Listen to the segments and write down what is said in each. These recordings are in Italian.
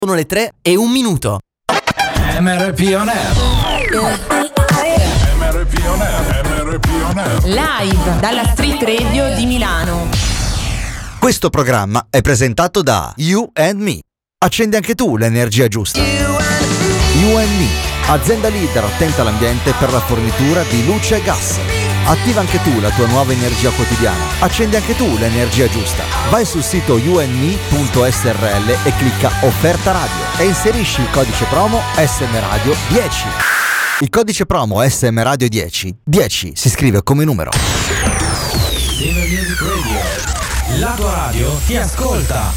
Sono le 3:01. MRP On Air. MRP On Air. MRP On Air. Live dalla Street Radio di Milano. Questo programma è presentato da You and Me. Accendi anche tu l'energia giusta. You and Me, azienda leader attenta all'ambiente per la fornitura di luce e gas. Attiva anche tu la tua nuova energia quotidiana. Accendi anche tu l'energia giusta. Vai sul sito youandme.srl e clicca Offerta Radio e inserisci il codice promo SM Radio 10. Il codice promo SM Radio 10 si scrive come numero. Silver Music Radio. La tua radio ti ascolta.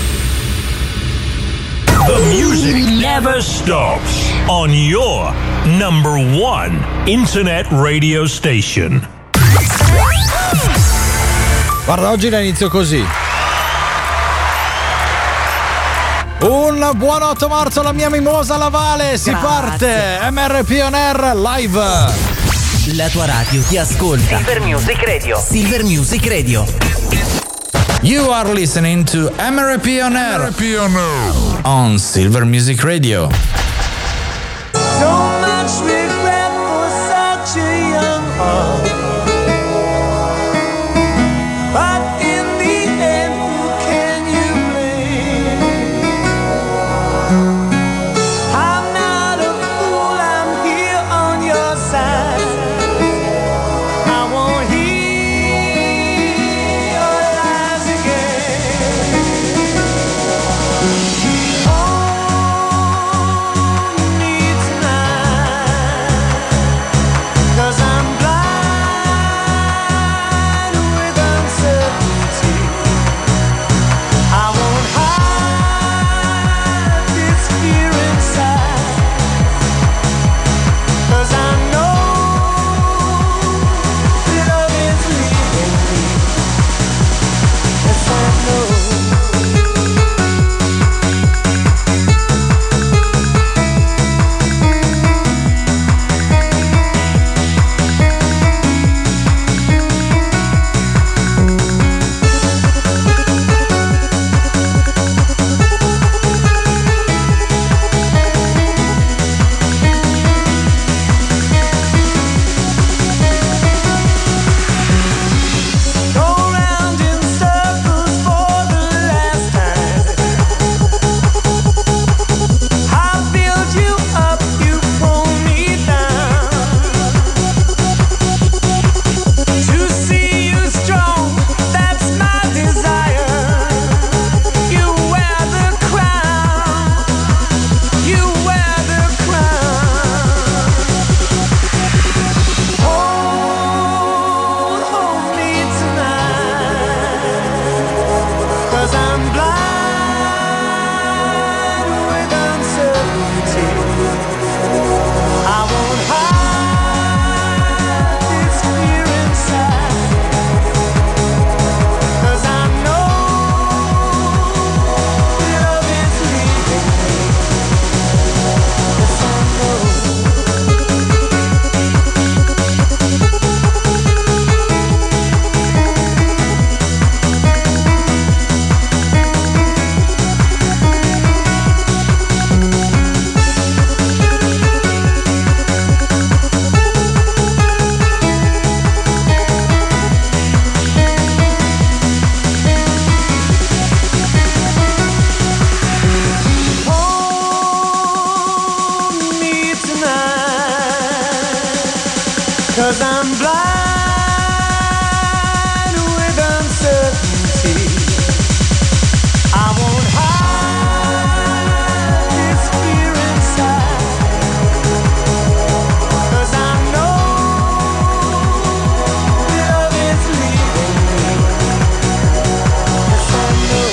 The music never stops on your number one internet radio station. Guarda, oggi la inizio così. Un buon 8 marzo alla mia mimosa Lavale. Si parte MRP On Air live. La tua radio ti ascolta. Silver Music Radio. Silver Music Radio. You are listening to MRP On Air. MRP On Air. On Silver Music Radio. So much regret for such a young heart. But in the end, who can you blame? I'm not a fool, I'm here on your side. I won't hear your lies again. Hold me tonight, 'cause I'm blind with uncertainty. I won't hide this fear inside, 'cause I know that love is leaving me. Yes, I know. Go round in circles for the last time. I build you up, you pull me down. To see you strong, that's my desire. You wear the crown, you wear the crown. Hold me tonight, 'cause I'm blind with uncertainty. I won't hide this fear inside, 'cause I know that love is leaving me. Yes, I know. Hold me tonight, 'cause I'm blind with uncertainty. I won't hide this fear inside, 'cause I know that love is leaving me. Yes, I know.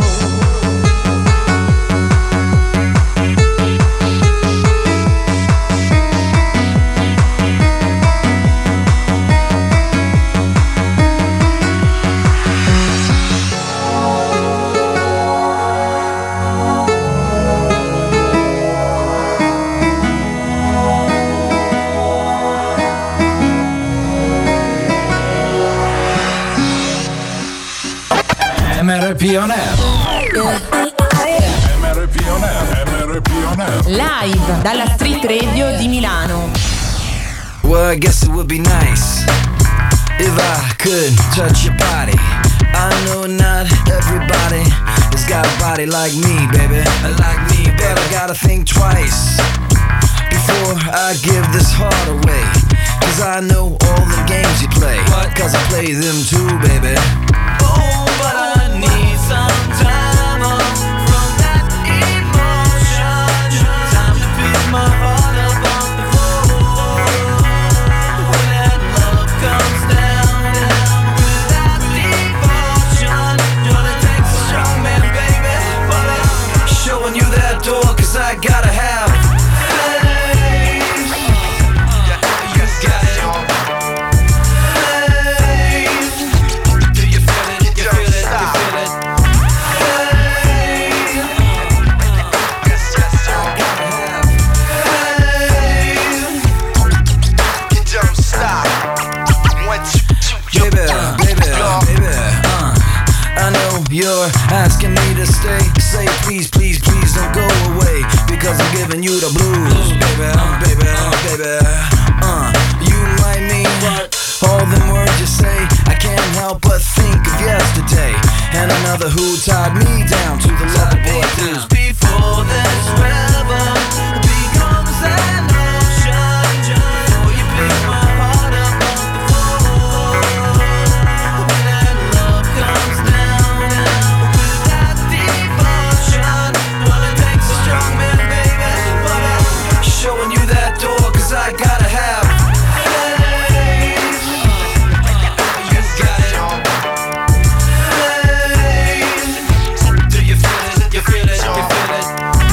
MRP On Air. MRP On Air. MRP On Air. Live dalla Street Radio di Milano. Well, I guess it would be nice if I could touch your body. I know not everybody has got a body like me, baby. Like me, but I gotta think twice before I give this heart away. Cause I know all the games you play. Cause I play them too, baby. Oh, but I need some time off from that emotion. Time to pick my heart up off the floor. When that love comes down without devotion, gonna take a strong man, baby. But I'm showing you that door, cause I gotta have you're asking me to stay. Say please, please, please don't go away, because I'm giving you the blues, baby, baby, baby. You like me, all them words you say, I can't help but think of yesterday, and another who tied me down to the love boy blues. Before this river becomes an ocean, before you pick my heart up off the floor, when that love comes down without devotion, well it takes a strong man, baby, but I'm showing you that door, cause I gotta have faith. You got it. Faith. Do you feel it? You feel it? You feel it?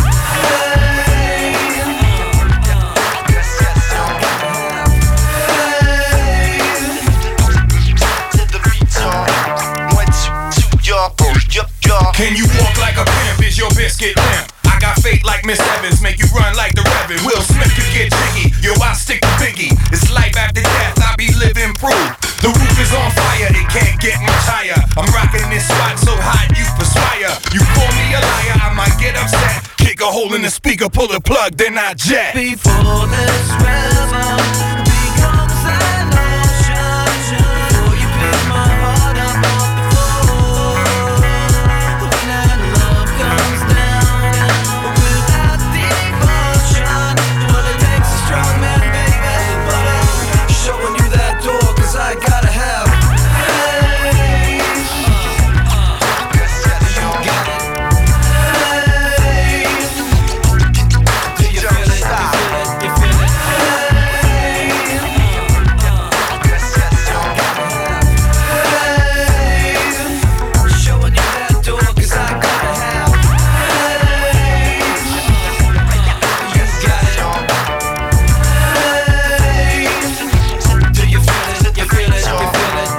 Can you walk like a pimp? Is your biscuit limp? I got fate like Miss Evans, make you run like the Reverend. Will Smith could get jiggy, yo I stick to Biggie. It's life after death, I be living proof. The roof is on fire, it can't get much higher. I'm rocking this spot so hot you perspire. You call me a liar, I might get upset. Kick a hole in the speaker, pull the plug, then I jet. Before this river becomes an ocean, before you pick my heart up off the floor, when that love comes down without devotion, well it takes a strong man, baby, but I'm showing you that door, cause I gotta have faith. You got it. Faith. Do you feel it? You feel it? Showing you that door, cause I gotta have faith. You got it. Do you feel it? You feel it? You feel it?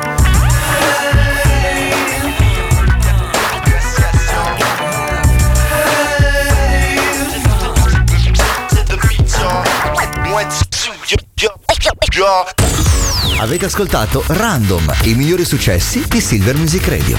Avete ascoltato Random, i migliori successi di Silver Music Radio.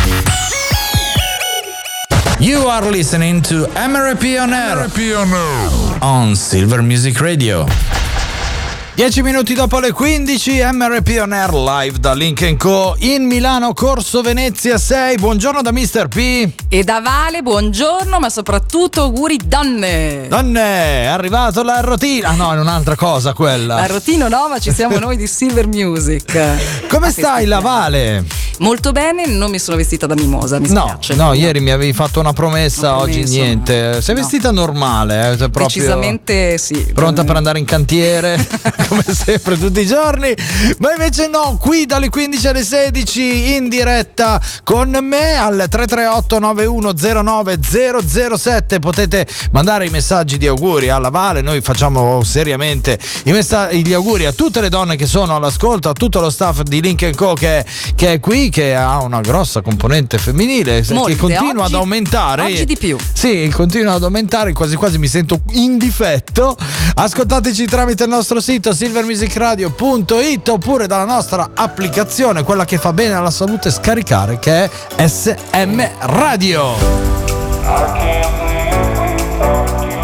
You are listening to MRP On Air on Silver Music Radio. 10 minuti dopo le 15, MRP On Air live da Link & Co in Milano, Corso Venezia 6. Buongiorno da Mr. P. E da Vale, buongiorno, ma soprattutto auguri donne. Donne, è arrivato la rotina. Ah no, è un'altra cosa quella. La rotina nuova, ci siamo noi di Silver Music. Come stai, la Vale? Molto bene, non mi sono vestita da mimosa, mi spiace. No, ieri mi avevi fatto una promessa, oggi niente. Sei vestita normale, proprio decisamente sì. Pronta per andare in cantiere, come sempre tutti i giorni. Ma invece no, qui dalle 15 alle 16 in diretta con me al 338 9109 007 potete mandare i messaggi di auguri alla Vale. Noi facciamo seriamente gli auguri a tutte le donne che sono all'ascolto, a tutto lo staff di Link & Co che è qui, che ha una grossa componente femminile. Molte, che continua oggi, ad aumentare. Oggi di più. Sì, continua ad aumentare, quasi quasi mi sento in difetto. Ascoltateci tramite il nostro sito silvermusicradio.it oppure dalla nostra applicazione, quella che fa bene alla salute scaricare, che è SM Radio. I can't live without you.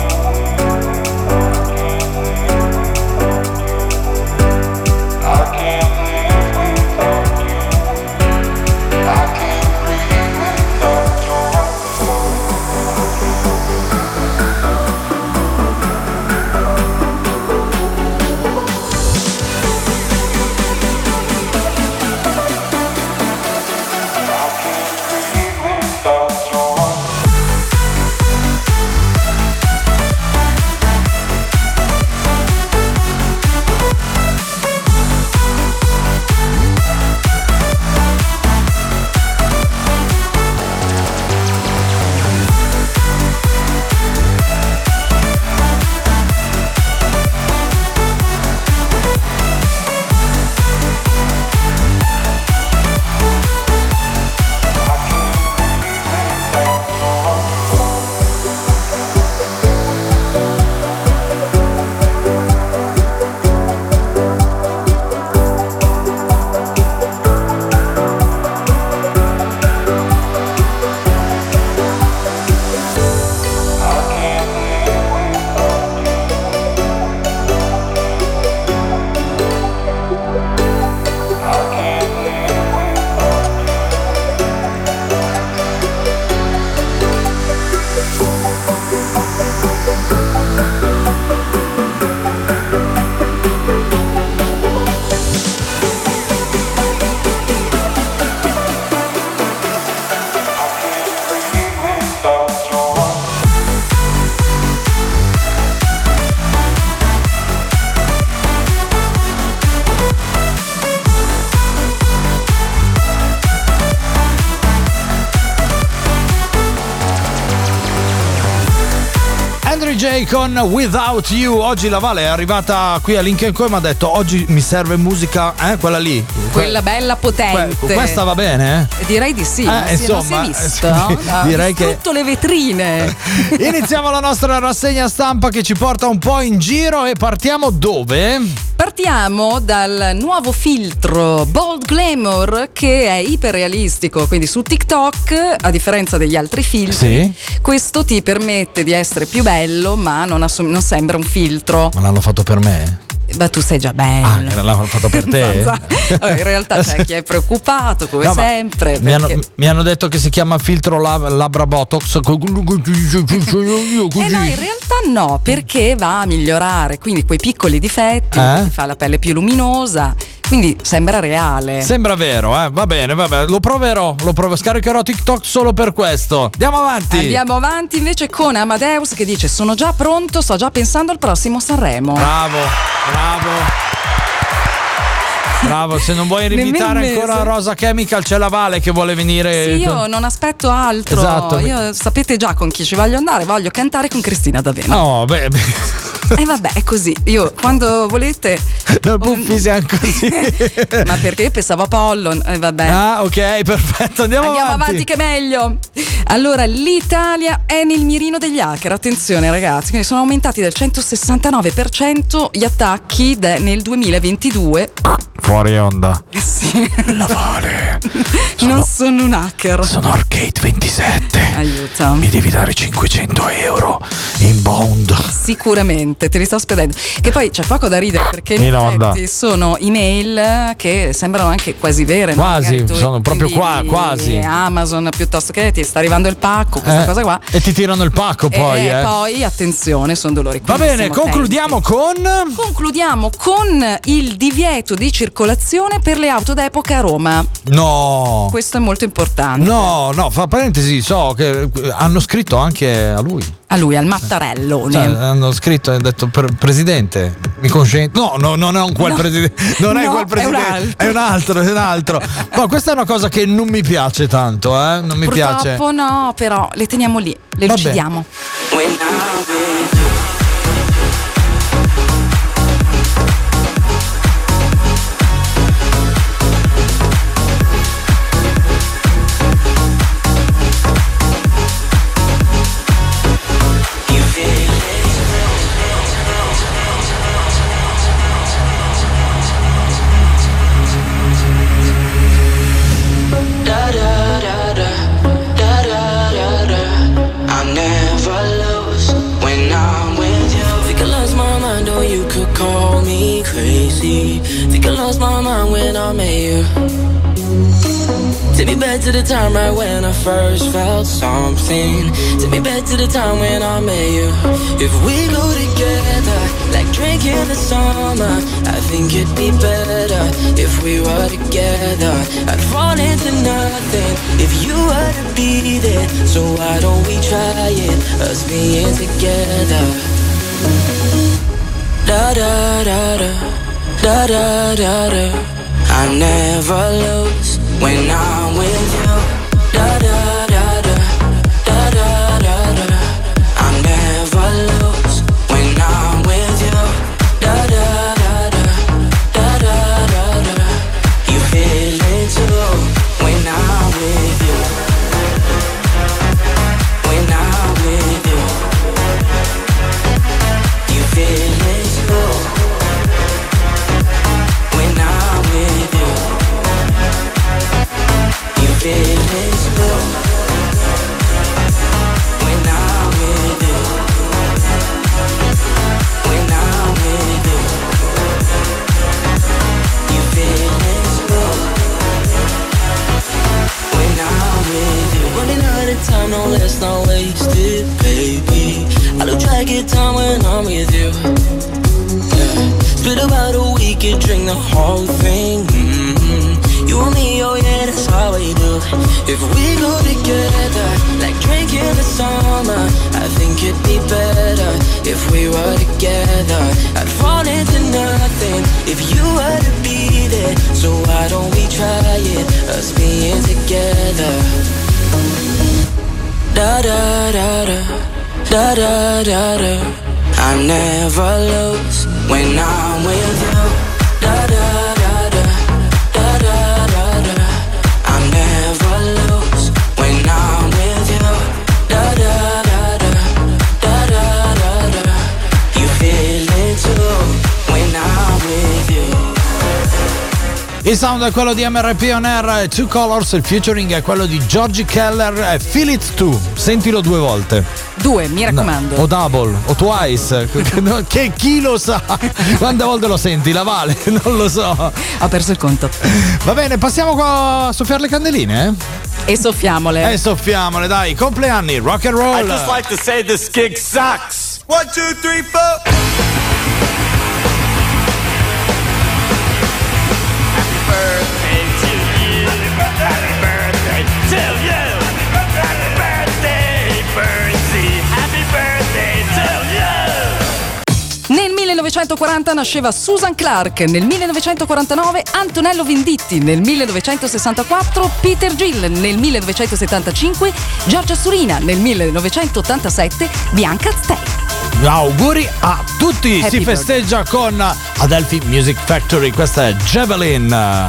Mary J con Without You. Oggi la Vale è arrivata qui a Link & Co e mi ha detto oggi mi serve musica, quella lì. Quella bella potente. Questa va bene? Direi di sì. Insomma, non si è visto, no? direi che tutto le vetrine. Iniziamo la nostra rassegna stampa che ci porta un po' in giro e partiamo dove? Partiamo dal nuovo filtro Bold Glamour che è iperrealistico, quindi su TikTok, a differenza degli altri filtri, questo ti permette di essere più bello, ma non sembra un filtro. Ma l'hanno fatto per me? Ma tu sei già bello. L'hanno fatto per te? In realtà c'è chi è preoccupato, come sempre. Mi hanno detto che si chiama filtro labbra botox. No, in realtà no, perché va a migliorare quindi quei piccoli difetti, ti fa la pelle più luminosa. Quindi sembra reale. Sembra vero, va bene, lo proverò. Scaricherò TikTok solo per questo. Andiamo avanti invece con Amadeus che dice: sono già pronto, sto già pensando al prossimo Sanremo. Bravo, se non vuoi invitare ancora Rosa Chemical c'è la Vale che vuole venire. Sì, io non aspetto altro. Esatto. Io sapete già con chi ci voglio andare, voglio cantare con Cristina D'Avena. Oh, beh. E vabbè, è così. Io quando volete. Non Puffi siamo così. Ma perché io pensavo a Pollon? Vabbè. Ah, ok, perfetto. Andiamo avanti che è meglio. Allora, l'Italia è nel mirino degli hacker. Attenzione, ragazzi, quindi sono aumentati del 169% gli attacchi nel 2022. Fuori onda. Sì. La Vale. Non sono un hacker. Sono Arcade 27. Aiuta. Mi devi dare 500 euro in bond. Sicuramente, te li sto spedendo. Che poi c'è poco da ridere perché in effetti sono email che sembrano anche quasi vere. Quasi, no? sono proprio quasi. Amazon piuttosto che ti sta arrivando il pacco, questa cosa qua. E ti tirano il pacco poi. E poi, attenzione, sono dolori. Va bene, concludiamo con il divieto di circolazione per le auto d'epoca a Roma. No. Questo è molto importante. No, fa parentesi, so che hanno scritto anche a lui. Al Mattarello. Hanno scritto e hanno detto presidente, mi consente. No, non è quel presidente. Non è quel presidente. È un altro. Ma questa è una cosa che non mi piace tanto, non mi piace. Purtroppo no, però le teniamo lì, le lucidiamo. Think I lost my mind when I met you. Take me back to the time right when I first felt something. Take me back to the time when I met you. If we go together, like drinking the summer, I think it'd be better if we were together. I'd fall into nothing if you were to be there. So why don't we try it, us being together? Da da da da, da da da da. I never lose when I'm with you. Da da da da, da da da da. I never lose when I'm with you. Da da da da, da da da da. You feel it too when I'm with you. When I'm with you, you feel it too. When I'm with you, you feel it too. When I'm with you, when I'm with you, you feel it too. When I'm with you, running out of time, no let's not waste it, baby. I lose track of time when I'm with you. Split about a week and drink the whole thing. You and me, oh yeah, that's how we do. If we go together, like drinking the summer, I think it'd be better if we were together. I'd fall into nothing if you were to be there. So why don't we try it, us being together? Da da da da, Da da da da. I never lose when I'm with you. Da da da da. Da da da da. I never lose when I'm with you. Da da da da. Da da da da. You feel it too when I'm with you. Il sound è quello di MRP On Air, Two Colors, il featuring è quello di Georgie Keller, Feel It Too. Sentilo 2 volte. 2, mi raccomando. No, o double, o twice. Che chi lo sa? Quante volte lo senti? La Vale? Non lo so. Ha perso il conto. Va bene, passiamo qua a soffiare le candeline? E soffiamole. Soffiamole, dai. Compleanni, rock and roll. I just like to say this gig sucks. 1, 2, 3, 4. Nel 1940 nasceva Susan Clark, nel 1949 Antonello Venditti, nel 1964 Peter Gill, nel 1975 Giorgia Surina, nel 1987 Bianca Stei. Auguri a tutti, Happy si festeggia con Adelphi Music Factory, questa è Javelin.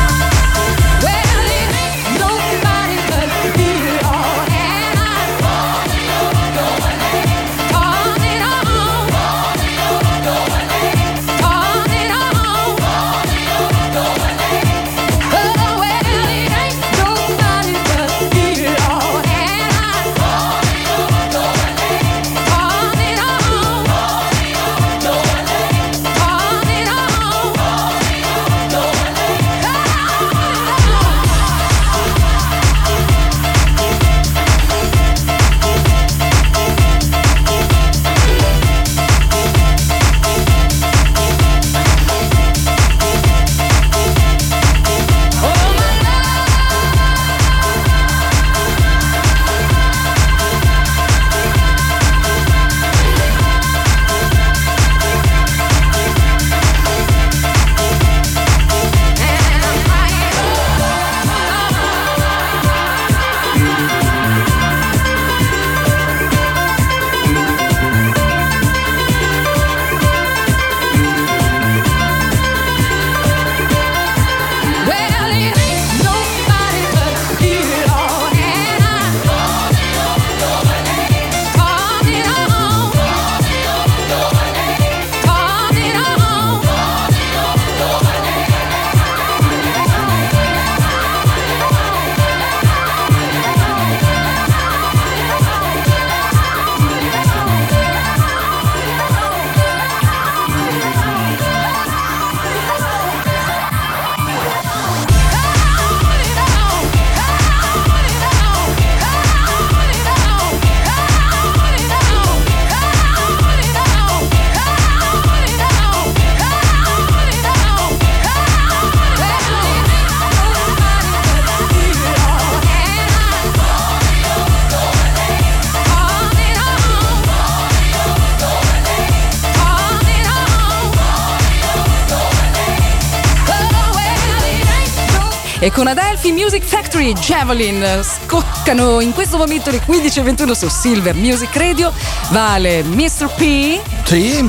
E con Adelphi Music Factory, Javelin scoccano in questo momento le 15:21 su Silver Music Radio. Vale Mr. P. Sì.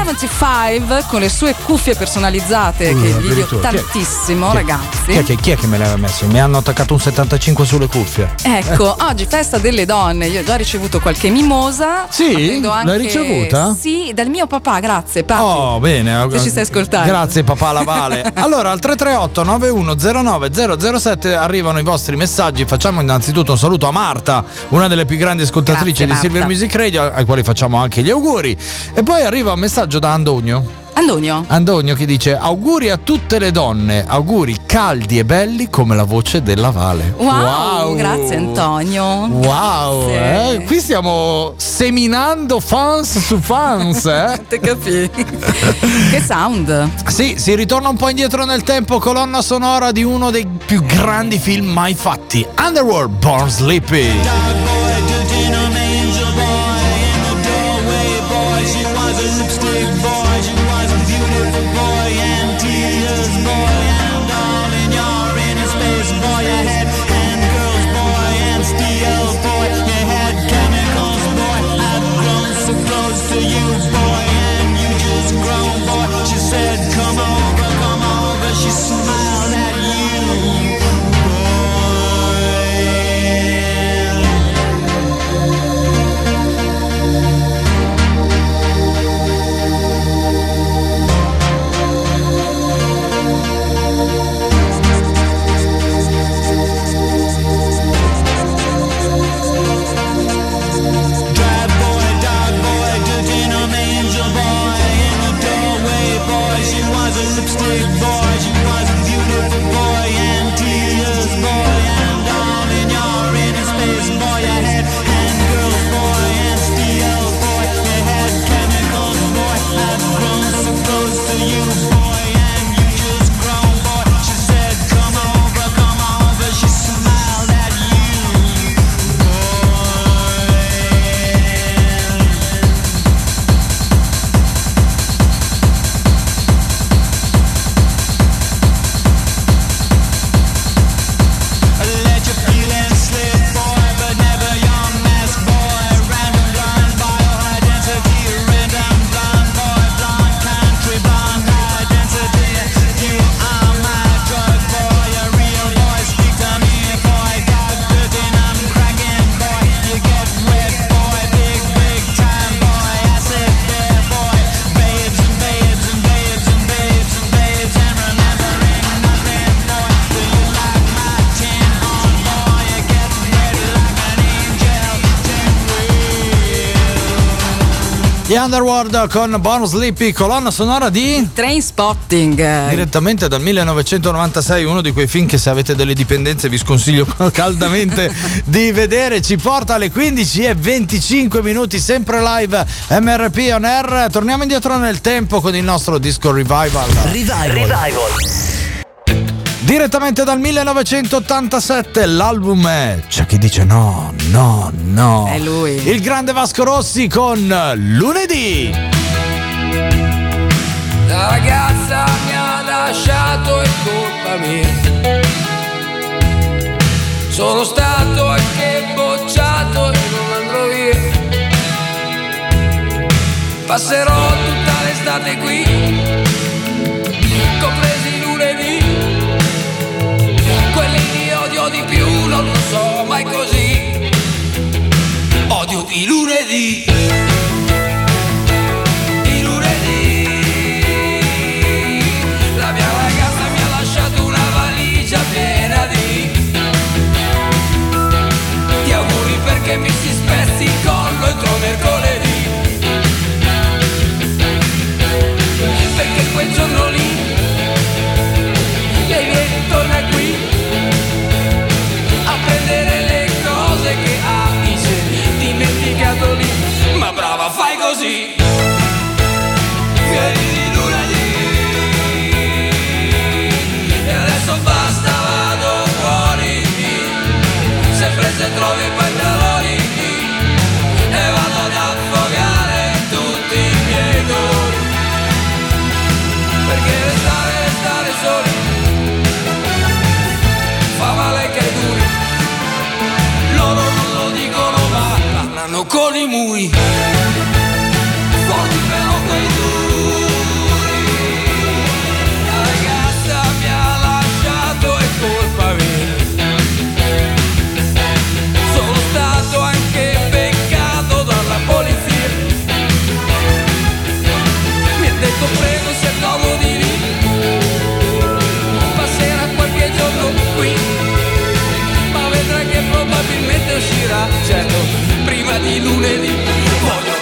75 con le sue cuffie personalizzate che gli dio tantissimo, ragazzi. Chi è che me le aveva messo? Mi hanno attaccato un 75 sulle cuffie. Ecco, oggi festa delle donne. Io ho già ricevuto qualche mimosa. Sì? Anche, l'hai ricevuta? Sì, dal mio papà, grazie papi. Oh, bene. Se ci stai ascoltando. Grazie papà Lavale. Allora al 338 9109 007 arrivano i vostri messaggi. Facciamo innanzitutto un saluto a Marta, una delle più grandi ascoltatrici di Silver Music Radio, ai quali facciamo anche gli auguri. E poi arriva un messaggio da Andonio che dice: auguri a tutte le donne, auguri caldi e belli come la voce della Vale. Wow. Grazie Antonio. Wow, qui stiamo seminando fans su fans, Te capi? Che sound. Sì, si ritorna un po' indietro nel tempo, colonna sonora di uno dei più grandi film mai fatti, Underworld, Born Sleepy. Boy, and steel boy, you had chemicals boy, I've you, boy, and you just grown, boy. She said, come over, she smiled at you. Lipstick boy, she was a beautiful boy, and tears boy, and all in your inner space boy. You had hand girls boy, and steel boy. You had chemicals boy. I've grown so close to you boy, and you just grown boy. She said, come over, she smiled at you boy. Let your feelings slip, boy, but never your mask, boy. Random blind bioidentity, random blind boy, blonde country, blonde identity. You are my drug, boy, a real boy. Speak to me, boy. Got 13, I'm cracking, boy. You get wet, boy, big time, boy. I said there, boy. Babes and babes and babes and babes and babes, and remembering nothing, boy. Do you like my tin on, boy? You get ready like an angel, tin Gli Underworld con Born Sleepy, colonna sonora di Trainspotting. direttamente dal 1996, uno di quei film che se avete delle dipendenze vi sconsiglio caldamente di vedere. Ci porta alle 15:25, sempre live MRP On Air. Torniamo indietro nel tempo con il nostro disco Revival. Direttamente dal 1987, l'album è C'è chi dice no. È lui. Il grande Vasco Rossi con Lunedì. La ragazza mi ha lasciato, è colpa mia. Sono stato anche bocciato e non andrò via. Passerò tutta l'estate qui, compresi i lunedì. Quelli che odio di più non lo so mai così. Odio i lunedì. I lunedì. La mia ragazza mi ha lasciato una valigia piena di auguri perché mi si spezzi il collo entro mercoledì. Perché quel giorno lì lei viene, torna qui a prendere le cose che ha dimenticato lì. Ma brava, fai così. Vieni di lunedì. E adesso basta, vado fuori. Sempre se trovi i pantaloni. E vado ad affogare tutti i miei dolori. Perché restare soli fa male che duri. Loro non lo dicono ma parlano con i muri. Forti però quei duri. La ragazza mi ha lasciato, è colpa mia. Sono stato anche beccato dalla polizia. Mi ha detto prego si accomodi lì. Passerà qualche giorno qui, ma vedrà che probabilmente uscirà, certo, prima di lunedì. Voglio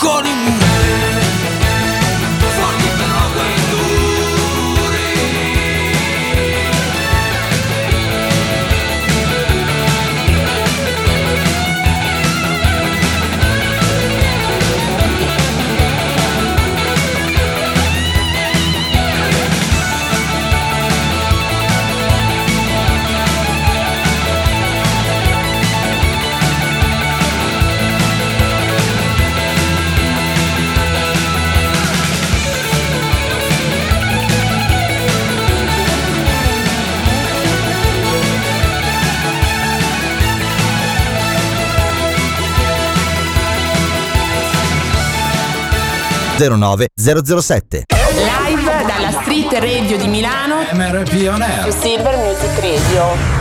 con i muri. Forti però quei .007. Live dalla Street Radio di Milano. MRP On Air. Su Silver Music Radio.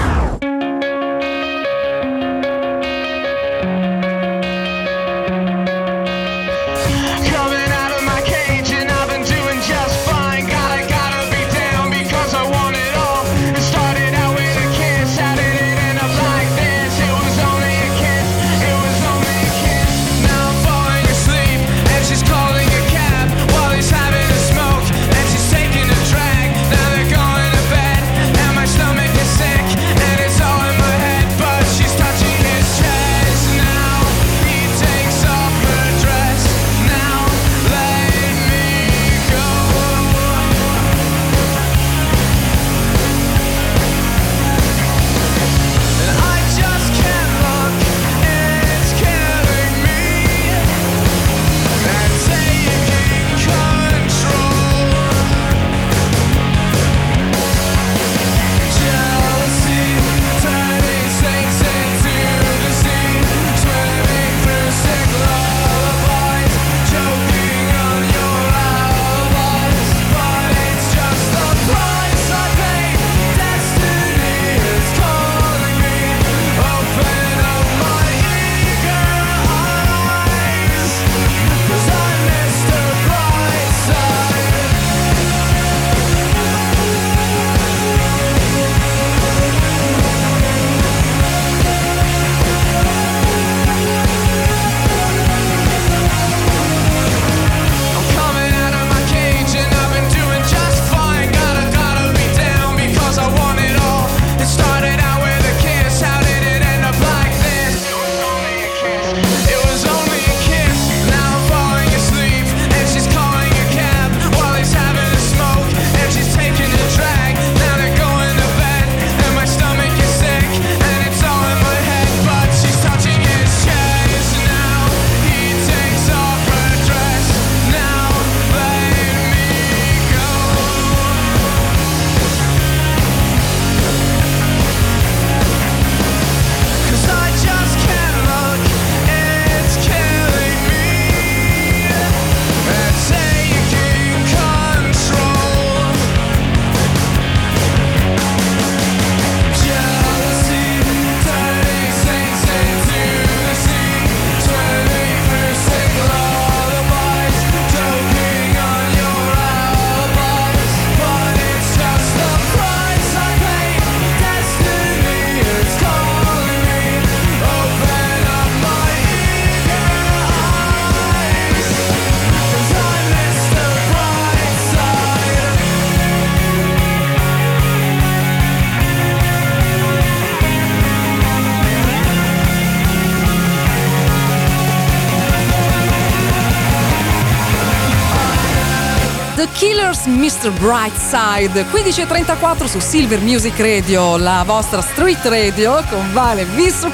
The Killers, Mr. Brightside, 15:34 su Silver Music Radio, la vostra street radio con Vale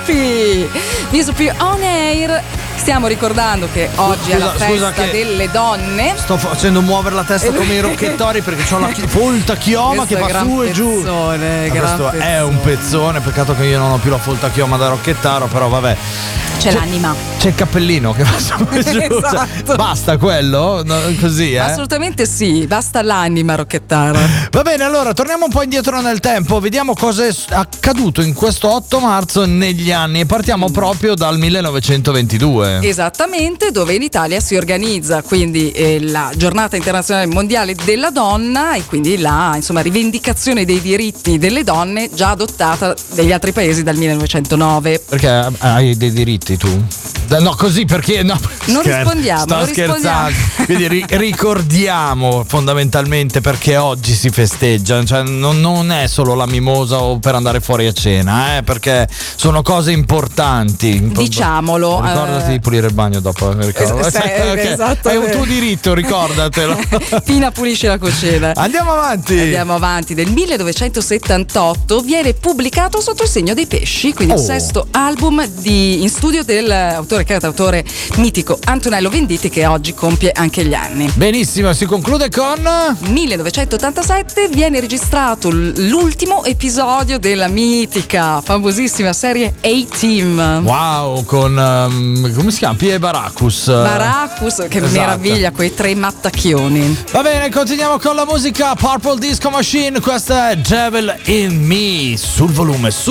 V2P On Air. Stiamo ricordando che oggi è la festa delle donne. Sto facendo muovere la testa come i rocchettori perché ho la folta chioma che va su e giù. Questo è un pezzone, peccato che io non ho più la folta chioma da rocchettaro, però vabbè. C'è l'anima. C'è il cappellino che va su e giù. Esatto. Basta quello? No, così, Assolutamente sì, basta l'anima rocchettara. Va bene, allora torniamo un po' indietro nel tempo, vediamo cosa è accaduto in questo 8 marzo negli anni e partiamo proprio dal 1922. 2022. Esattamente, dove in Italia si organizza quindi la giornata internazionale mondiale della donna e quindi la rivendicazione dei diritti delle donne già adottata dagli altri paesi dal 1909. Perché hai dei diritti tu? No, così perché no. Non rispondiamo. Sto scherzando. Quindi ricordiamo fondamentalmente perché oggi si festeggia, cioè non è solo la mimosa o per andare fuori a cena, perché sono cose importanti. Diciamolo. Ricordati di pulire il bagno dopo. Okay. Esatto. È un tuo diritto, ricordatelo. Pina pulisce la cucina. Andiamo avanti. Del 1978 viene pubblicato Sotto il segno dei pesci, quindi il sesto album in studio dell'autore cantautore mitico Antonello Venditti, che oggi compie anche gli anni. Benissimo, si conclude con 1987 viene registrato l'ultimo episodio della mitica, famosissima serie A-Team. Wow, con come si chiama? Pie Baracus, che esatto. Meraviglia, quei 3 mattacchioni. Va bene, continuiamo con la musica. Purple Disco Machine, questa è Devil in Me, sul volume su.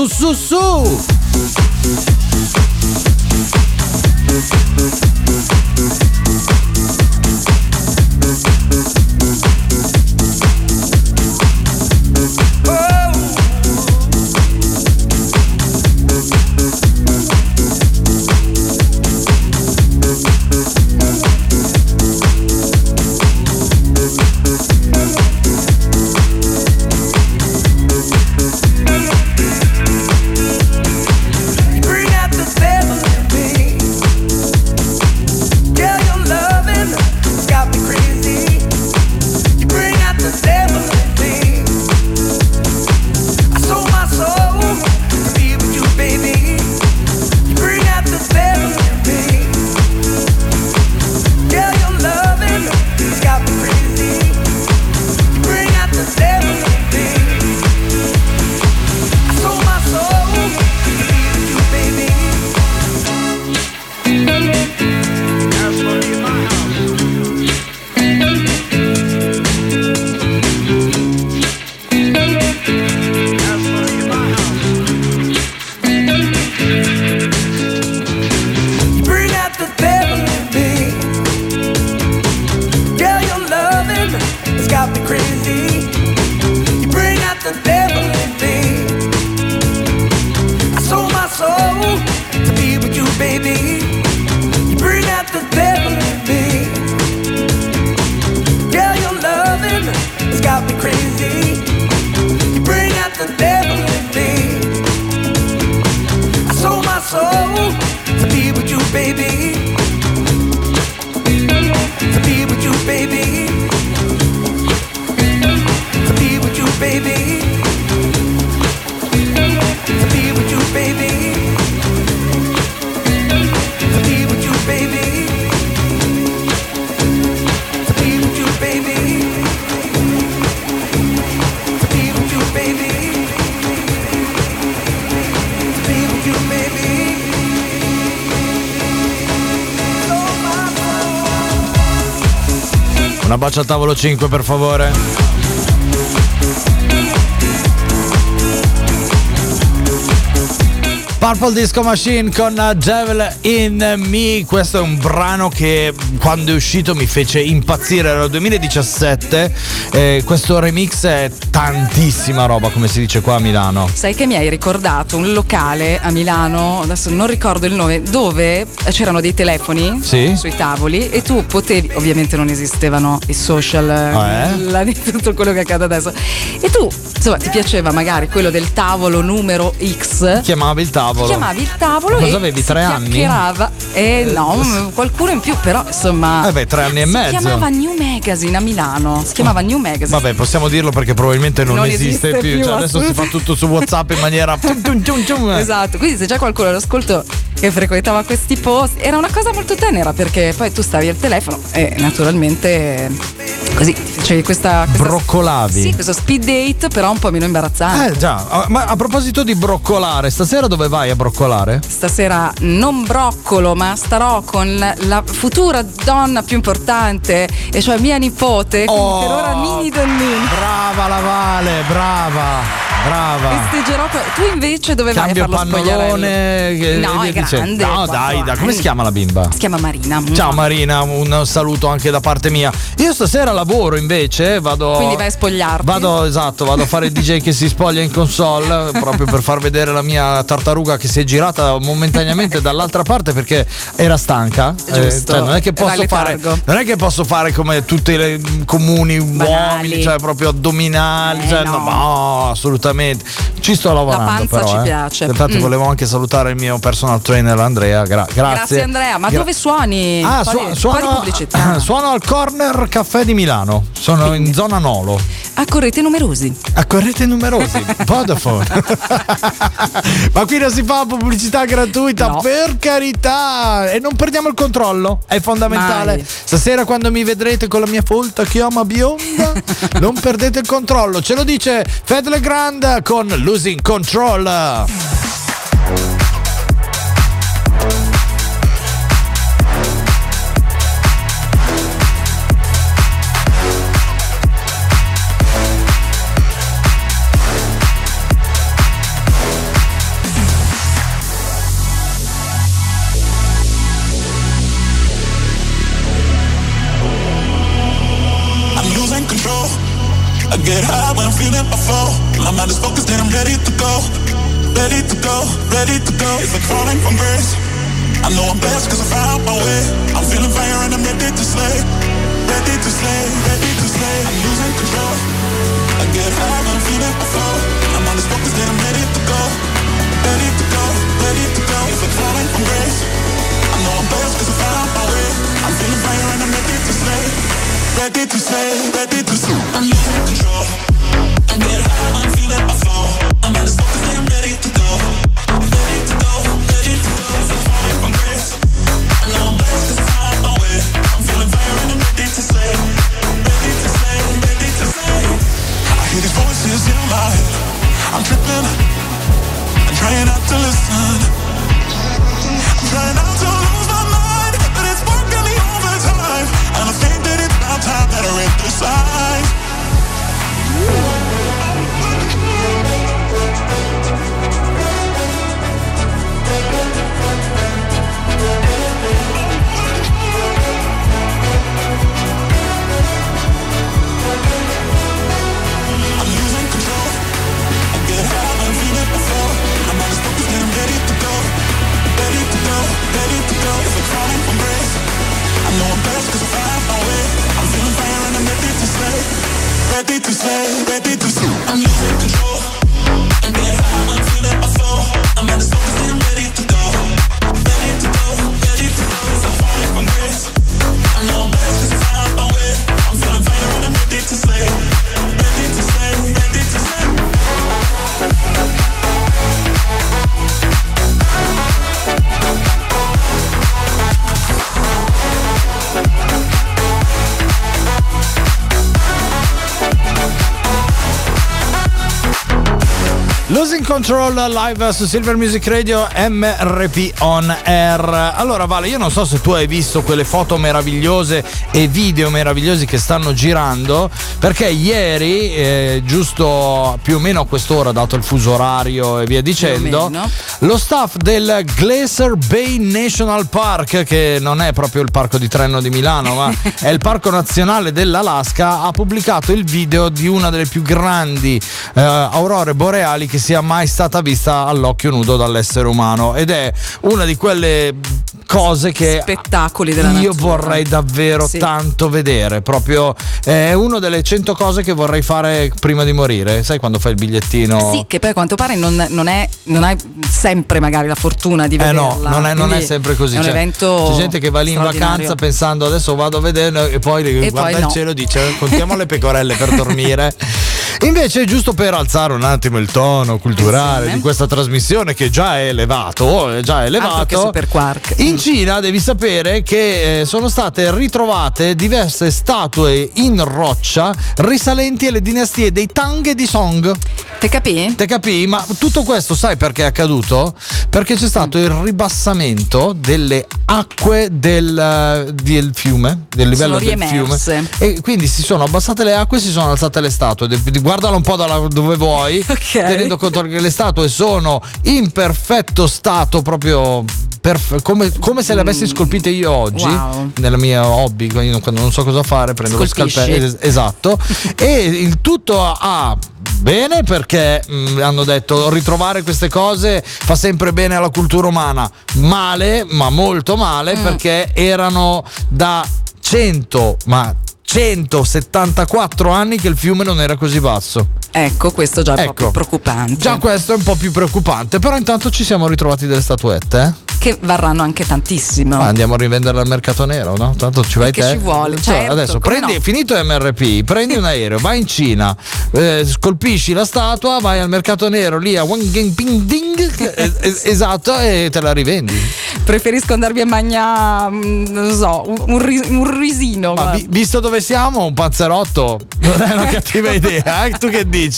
Bring out the devil in me. Una bacia al tavolo 5 per favore. Purple Disco Machine con Devil in Me. Questo è un brano che quando è uscito mi fece impazzire, era il 2017. Questo remix è tantissima roba, come si dice qua a Milano. Sai che mi hai ricordato un locale a Milano, adesso non ricordo il nome, dove c'erano dei telefoni sui tavoli e tu potevi, ovviamente non esistevano i social, di tutto quello che accade adesso, e tu insomma ti piaceva magari quello del tavolo numero X, chiamavi il tavolo cosa e avevi 3 anni? No, qualcuno in più, però insomma 3 anni e mezzo. Si chiamava New Magazine a Milano, New Magazine. Vabbè, possiamo dirlo perché probabilmente non esiste più, cioè, adesso si fa tutto su WhatsApp in maniera esatto, quindi se c'è qualcuno all'ascolto che frequentava questi post, era una cosa molto tenera, perché poi tu stavi al telefono e naturalmente così facevi questa broccolavi. Sì, questo speed date, però un po' meno imbarazzante. Già, ma a proposito di broccolare, stasera dove vai a broccolare? Stasera non broccolo, ma starò con la futura donna più importante, e cioè mia nipote, per ora mini donnina. Brava la Vale, brava. brava. Festeggerò. Tu invece dove Cambio vai a farlo pannolone. No, è grande. No, dai, come si chiama la bimba? Si chiama Marina. Ciao Marina, un saluto anche da parte mia. Io stasera lavoro invece, vado. Quindi vai a spogliarti. Vado a fare il DJ che si spoglia in console, proprio per far vedere la mia tartaruga che si è girata momentaneamente dall'altra parte perché era stanca. Giusto. Cioè, non è che posso fare come tutti i comuni uomini, cioè proprio addominali, no, assolutamente. Ci sto lavorando. La panza però, ci piace. Infatti volevo anche salutare il mio personal trainer Andrea. Grazie Andrea, ma dove suoni? Suono al Corner Caffè di Milano. Sono in zona Nolo. Accorrete numerosi. Vodafone. Ma qui non si fa pubblicità gratuita, no. Per carità. E non perdiamo il controllo, è fondamentale. Mai. Stasera quando mi vedrete con la mia folta chioma bionda, non perdete il controllo. Ce lo dice Fed Legrand con Losing Control. I get high when I'm feeling my flow. My mind is focused and I'm ready to go. Ready to go, ready to go. It's like falling from grace. I know I'm blessed cause I found my way. I'm feeling fire and I'm ready to slay. Ready to slay, ready to slay. I'm losing control. I get high when I'm feeling my flow. My mind is focused and I'm ready to go. Ready to go, ready to go. It's like falling from grace. I know I'm blessed cause I found my way. I'm feeling fire and I'm ready to slay. Ready to slay, ready to slay. I'm losing control. I get high when I'm feeling my flow. My mind is focused and I'm ready to go. Ready to go, ready to go. It's like falling from grace. I know I'm blessed cause I found my way. I'm feeling fire and I'm ready to slay. Ready to slay, ready to slay. I hear these voices in my head. I'm tripping. I'm trying not to listen. I'm trying not to lose my mind, but it's working the overtime. And I think that it's about time that I read the signs. I'm losing control. I get high when I'm feeling my flow. My mind is focused and I'm ready to go. Ready to go, ready to go. It's like falling from grace. I know I'm blessed cause I found my way. I'm feeling fire and I'm ready to slay. Ready to slay, ready to slay. I'm losing control. I get high when I'm feeling my flow. My mind is focused and I'm ready to go. Ready to go, ready to go. It's like falling from grace. I know I'm blessed cause I found my way. I'm feeling fire and I'm ready to slay. Ready to slay, ready to slay. Losing Control live su Silver Music Radio MRP On Air. Allora Vale, io non so se tu hai visto quelle foto meravigliose e video meravigliosi che stanno girando, perché ieri, giusto più o meno a quest'ora, dato il fuso orario e via dicendo, lo staff del Glacier Bay National Park, che non è proprio il parco di treno di Milano ma è il parco nazionale dell'Alaska, ha pubblicato il video di una delle più grandi aurore boreali che sia mai stata vista all'occhio nudo dall'essere umano, ed è una di quelle cose che spettacoli della io natura. vorrei davvero tanto vedere. Proprio è una delle 100 cose che vorrei fare prima di morire. Sai quando fai il bigliettino? Sì, che poi a quanto pare non hai sempre magari la fortuna di vederla. No, non è sempre così. È un evento c'è gente che va lì in vacanza pensando adesso vado a vedere e poi guarda il cielo e dice contiamo le pecorelle per dormire. Invece, giusto per alzare un attimo il tono culturale di questa trasmissione, che già è elevato, Altro che Super Quark. in Cina devi sapere che sono state ritrovate diverse statue in roccia risalenti alle dinastie dei Tang e di Song. Te capì? Ma tutto questo sai perché è accaduto? Perché c'è stato il ribassamento delle acque del fiume, del livello del fiume, e quindi si sono abbassate le acque e si sono alzate le statue di guardala un po' da dove vuoi, tenendo conto che le statue sono in perfetto stato, proprio come se le avessi scolpite io oggi. Wow. Nella mia hobby, quando non so cosa fare, prendo lo Scolpisci. scalpello. Esatto. E il tutto bene, perché hanno detto ritrovare queste cose fa sempre bene alla cultura umana. Male, ma molto male, perché erano da 174 anni che il fiume non era così basso. Ecco, questo già è un po' più preoccupante. Già questo è un po' più preoccupante, però intanto ci siamo ritrovati delle statuette, che varranno anche tantissimo. Andiamo a rivenderle al mercato nero, no? Tanto ci vai Che te. ci vuole, certo, Adesso come prendi, no. finito MRP, prendi un aereo, vai in Cina, scolpisci la statua, vai al mercato nero lì a Wang Ping Ding, esatto, e te la rivendi. Preferisco andarvi a mangiare, non so, un risino. Ma visto dove siamo, un panzerotto non è una cattiva idea, tu che dici?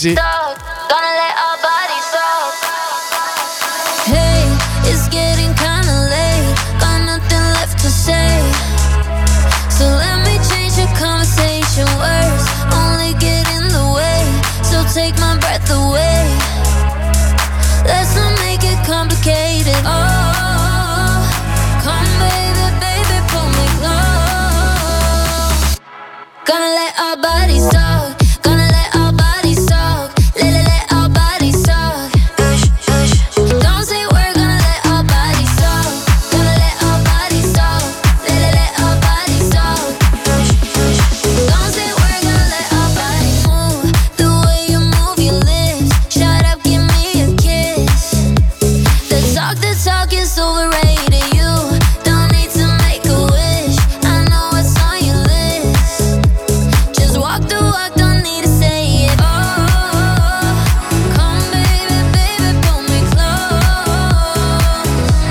Hey, it's getting kinda late, got nothing left to say. So let me change the conversation. Words only get in the way, so take my breath away. Let's not make it complicated. Oh, come baby, baby, pull me close. Gonna let our bodies talk. Gonna let our bodies talk. Let our bodies talk. Don't say we're gonna let our bodies talk. Gonna let our bodies talk. Let our bodies talk. Don't say we're gonna let our bodies move. The way you move your lips. Shut up, give me a kiss. The talk is overrated. You don't need to make a wish. I know what's on your list. Just walk the walk, don't need to say it. Oh, come baby, baby, pull me close.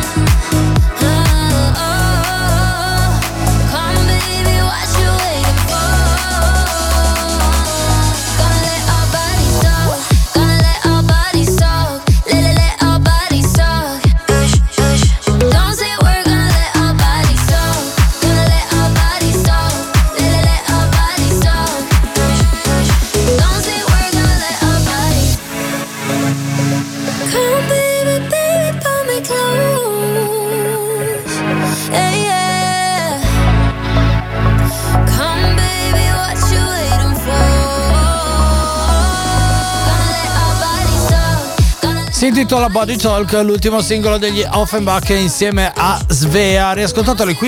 Oh, come baby, what you waiting for? Gonna let our bodies talk. Gonna let our bodies talk. Let our bodies talk. Don't say we're gonna let our bodies talk. Gonna let our bodies talk. Let our bodies talk. Don't say we're gonna let our bodies. Come baby, baby, pull me close. Yeah, yeah. Come baby, what you waiting for? Gonna let our bodies talk. Si intitola Body Talk, l'ultimo singolo degli Offenbach insieme a Svea, riascoltato alle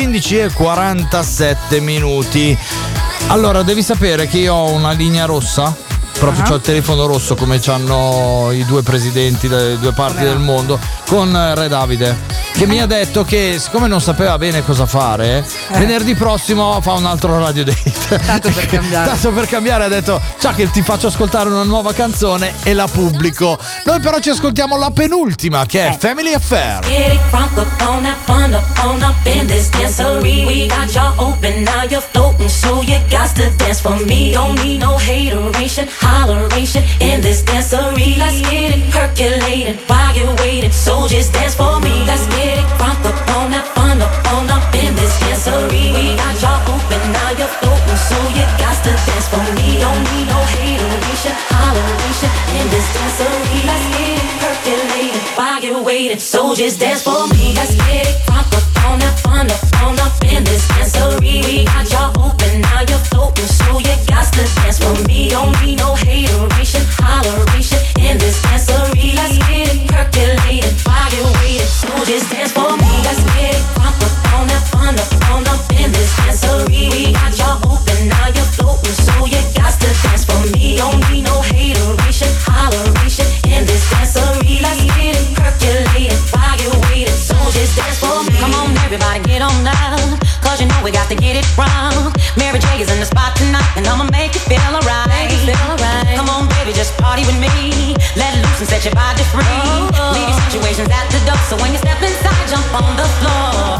15:47 minuti. Allora, devi sapere che io ho una linea rossa, proprio c'ho il telefono rosso come c'hanno i due presidenti delle due parti del mondo, con Re Davide, che mi ha detto che siccome non sapeva bene cosa fare, venerdì prossimo fa un altro Radio Date. Tanto per cambiare. Tanto per cambiare ha detto ciao che ti faccio ascoltare una nuova canzone e la pubblico. Noi però ci ascoltiamo la penultima, che è Family Affair. Get it crunk up on that fun up in this dancery. We got y'all open, now you're floating, so you got to dance for me. Don't need no hateration, holleration in this dancery. Let's get it percolating while you're waiting, so just dance for me. Let's get it crunk up on that fun up in this dancery. We got y'all open, now you're floating, so you got to dance for me. Don't need no hateration, holleration in this dancery. Let's get it percolating while you're waiting, so just dance for me. Let's get it crunk up on that fun up in this dancery. We got y'all open, now you're floating, so you got to dance for me. Don't need no hateration, holleration in this dancery. Let's get it percolating while you're waiting, so just dance for me. Let's get it crunk up on that fun up in this dancery. We got y'all open, now you're floating, so you got to dance for me. Don't need no hateration, holleration in this dancery. Let's get it percolating while you're waiting, so just dance for me. Come on, everybody, get on down, cause you know we got to get it wrong. Mary J is in the spot tonight, and I'ma make you feel alright. Come on, baby, just party with me. Let loose and set your body free. Leave your situations at the door, so when you step inside, jump on the floor.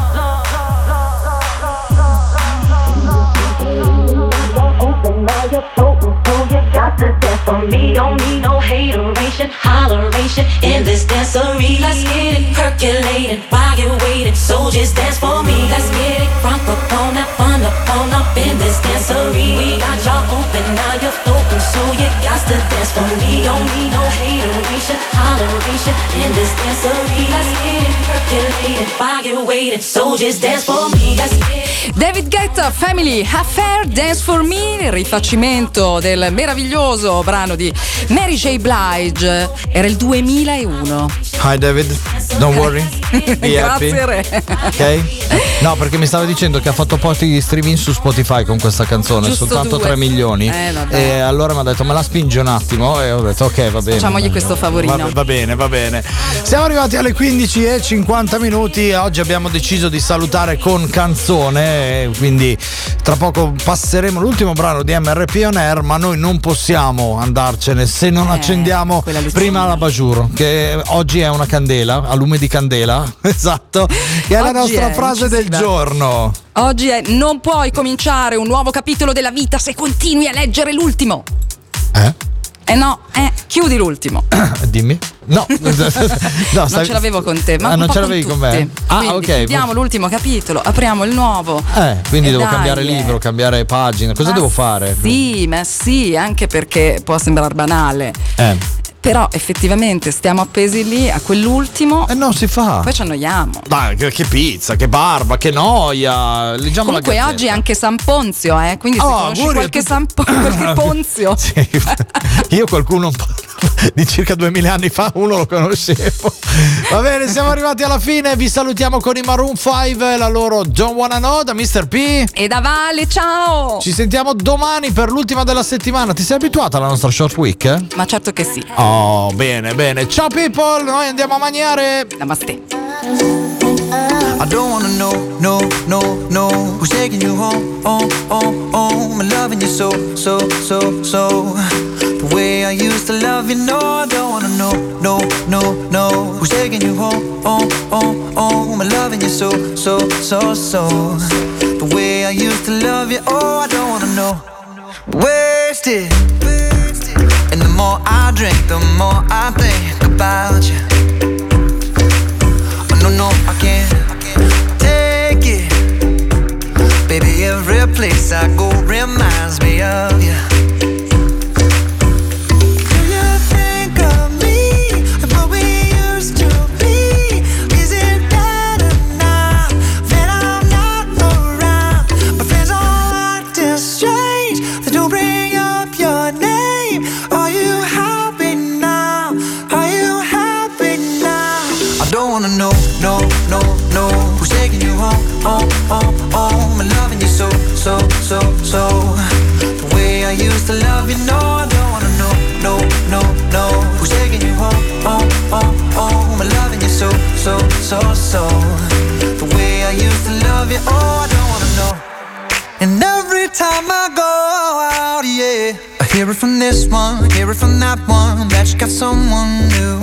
Now you're floating, so you got to dance for me. Don't need no hate. hateration, holleration in this dancery. Let's get it percolating while you're waiting. So just dance for me. Let's get it crunk up on that fun up in this dancery. We got y'all open, now you're floating, so you got to dance for me. Don't need no hateration, holleration in this dancery. Let's get it percolating while you're waiting. So just dance for me. Let's get it. David Guetta, Family Affair, Dance for Me, rifacimento del meraviglioso brano di Mary J. Blige. Era il 2001. Hi David, don't worry. Be happy. Grazie Re. Ok? No, perché mi stava dicendo che ha fatto pochi streaming su Spotify con questa canzone, Giusto soltanto 2. 3 milioni. E allora mi ha detto me la spinge un attimo e ho detto ok, va bene. Facciamogli questo favorino. Va bene, va bene. Siamo arrivati alle 15:50. Oggi abbiamo deciso di salutare con canzone, quindi tra poco passeremo l'ultimo brano di MRP On Air, ma noi non possiamo andarcene se non accendiamo prima la Bajur, che oggi è una candela, a lume di candela, esatto, che è la nostra frase del giorno. Oggi è: non puoi cominciare un nuovo capitolo della vita se continui a leggere l'ultimo. Chiudi l'ultimo. Dimmi. No, non ce l'avevo con te, ma non ce l'avevi con me. Quindi chiudiamo l'ultimo capitolo, apriamo il nuovo. Quindi devo cambiare libro, cambiare pagina. Cosa devo fare? Sì, anche perché può sembrare banale. Però effettivamente stiamo appesi lì a quell'ultimo e non si fa. Poi ci annoiamo. Dai, che pizza, che barba, che noia. Leggiamo comunque la oggi è anche San Ponzio, quindi se conosci qualche qualche Ponzio. Sì, io qualcuno un po' di circa 2000 anni fa uno lo conoscevo. Va bene, siamo arrivati alla fine. Vi salutiamo con i Maroon 5 e la loro Don't Wanna Know da Mr. P e da Vale. Ciao, ci sentiamo domani per l'ultima della settimana. Ti sei abituata alla nostra short week? Ma certo che sì. Oh, bene, bene. Ciao people, noi andiamo a mangiare. Namaste. I don't wanna know, no who's taking you home, I'm loving you so the way I used to love you. No, I don't wanna know, who's taking you home, I'm loving you so the way I used to love you. Oh, I don't wanna know. Wasted, and the more I drink, the more I think about you. No, I can't take it. Baby, every place I go reminds me of you. Do you think of me and what we used to be? Is it better now that I'm not around? My friends all acting strange, they don't bring up your name. Are you happy now? Are you happy now? I don't wanna know, no, who's taking you home, I'm loving you so the way I used to love you. No, I don't wanna know, who's taking you home, I'm loving you so the way I used to love you. Oh, I don't wanna know. And every time I go out, yeah, I hear it from this one, hear it from that one, that you got someone new.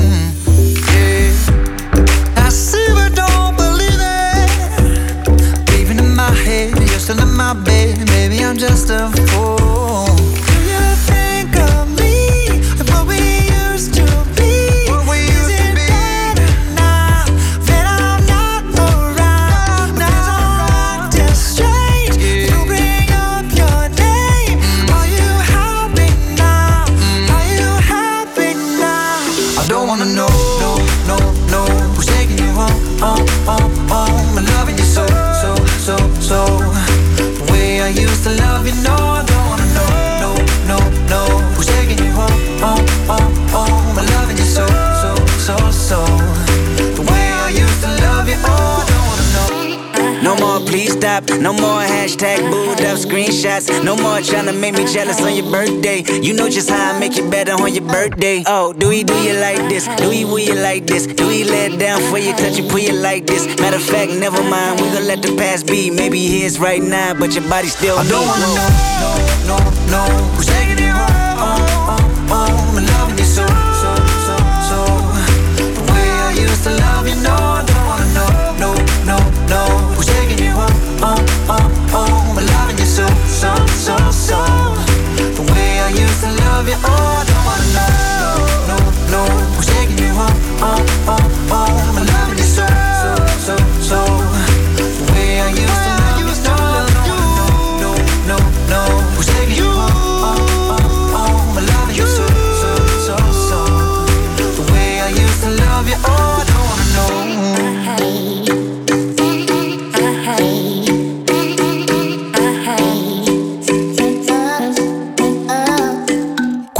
I see but don't believe it. Even in my head, you're still in my bed. Maybe I'm just a fool. Do you think of me and what we used to be? Is it better now that I'm not around? Now I'm acting strange, they don't bring up your name. Are you happy now? Are you happy now? I don't wanna know, no, who's taking you home, I'm loving you so the way I used to love you. No, I don't wanna know, no, who's taking you home, I'm loving you so the way I used to love you. Oh, I don't wanna know. No more please stop, no more hashtag booed up screenshots. No more trying to make me jealous on your birthday. You know just how I make you better on your birthday. Oh, do he do you like this? Do he will you like this? Do he let it down for you, touch you, pull you like this? Matter of fact, never mind, we gon' let the past be. Maybe he is right now, but your body still I don't wanna know, who's taking you home, I'm loving you so the way I used to love you. No, I don't wanna know, who's taking you home, I'm loving you so the way I used to love you. Oh, I don't wanna know,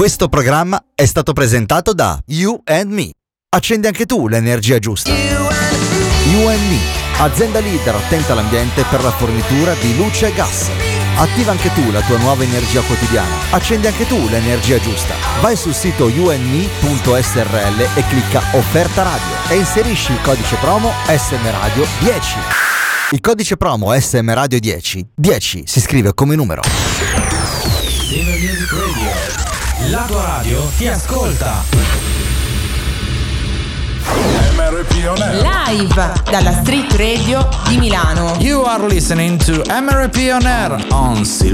Questo programma è stato presentato da You and Me. Accendi anche tu l'energia giusta. You and Me, azienda leader attenta all'ambiente per la fornitura di luce e gas. Attiva anche tu la tua nuova energia quotidiana. Accendi anche tu l'energia giusta. Vai sul sito youndme.srl e clicca offerta radio e inserisci il codice promo SM Radio 10. Il codice promo SM Radio 10 si scrive come numero. Silver Music Radio. La tua radio ti ascolta. MRP On Air. Live dalla Street Radio di Milano. You are listening to MRP On Air on Silver